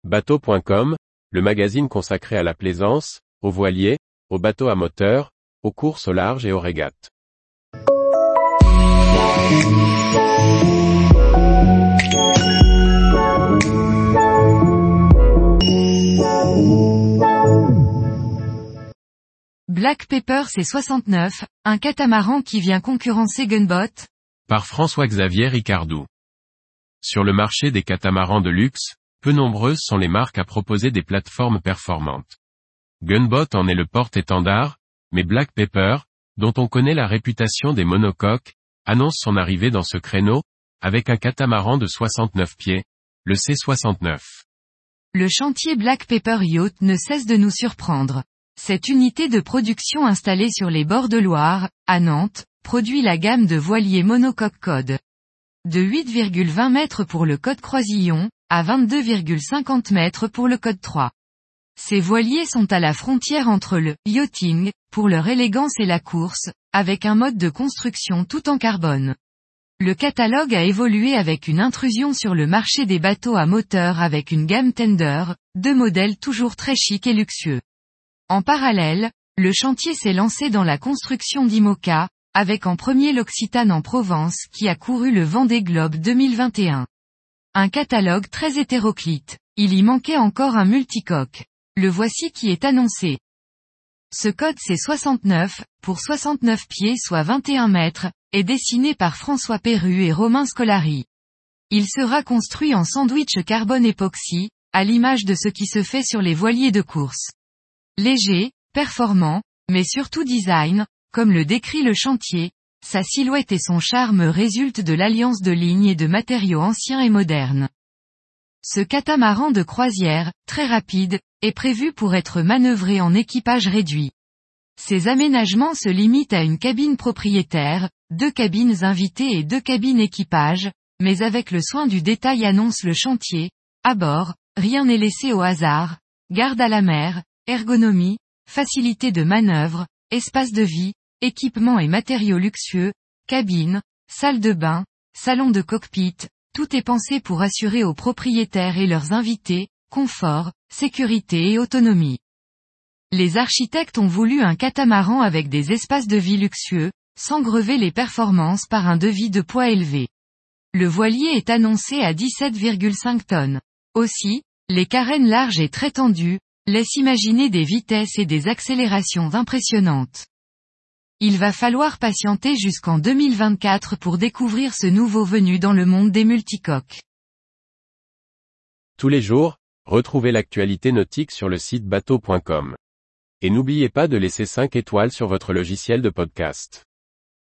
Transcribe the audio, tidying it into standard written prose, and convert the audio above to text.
Bateau.com, le magazine consacré à la plaisance, aux voiliers, aux bateaux à moteur, aux courses au large et aux régates. Black Pepper C69, un catamaran qui vient concurrencer Gunboat? Par François-Xavier Ricardou. Sur le marché des catamarans de luxe, peu nombreuses sont les marques à proposer des plateformes performantes. Gunboat en est le porte-étendard, mais Black Pepper, dont on connaît la réputation des monocoques, annonce son arrivée dans ce créneau, avec un catamaran de 69 pieds, le C69. Le chantier Black Pepper Yacht ne cesse de nous surprendre. Cette unité de production installée sur les bords de Loire, à Nantes, produit la gamme de voiliers monocoque Code. De 8,20 mètres pour le Code Croisillon, à 22,50 mètres pour le Code 3. Ces voiliers sont à la frontière entre le yachting, pour leur élégance et la course, avec un mode de construction tout en carbone. Le catalogue a évolué avec une intrusion sur le marché des bateaux à moteur avec une gamme Tender, deux modèles toujours très chics et luxueux. En parallèle, le chantier s'est lancé dans la construction d'IMOCA, avec en premier l'Occitane en Provence qui a couru le Vendée Globe 2021. Un catalogue très hétéroclite, il y manquait encore un multicoque. Le voici qui est annoncé. Ce code C69, pour 69 pieds soit 21 mètres, est dessiné par François Perru et Romain Scolari. Il sera construit en sandwich carbone époxy, à l'image de ce qui se fait sur les voiliers de course. Léger, performant, mais surtout design, comme le décrit le chantier, sa silhouette et son charme résultent de l'alliance de lignes et de matériaux anciens et modernes. Ce catamaran de croisière, très rapide, est prévu pour être manœuvré en équipage réduit. Ces aménagements se limitent à une cabine propriétaire, 2 cabines invitées et 2 cabines équipage, mais avec le soin du détail annonce le chantier. À bord, rien n'est laissé au hasard, garde à la mer, ergonomie, facilité de manœuvre, espace de vie, équipements et matériaux luxueux, cabine, salle de bain, salon de cockpit, tout est pensé pour assurer aux propriétaires et leurs invités, confort, sécurité et autonomie. Les architectes ont voulu un catamaran avec des espaces de vie luxueux, sans grever les performances par un devis de poids élevé. Le voilier est annoncé à 17,5 tonnes. Aussi, les carènes larges et très tendues, laissent imaginer des vitesses et des accélérations impressionnantes. Il va falloir patienter jusqu'en 2024 pour découvrir ce nouveau venu dans le monde des multicoques. Tous les jours, retrouvez l'actualité nautique sur le site bateau.com. Et n'oubliez pas de laisser 5 étoiles sur votre logiciel de podcast.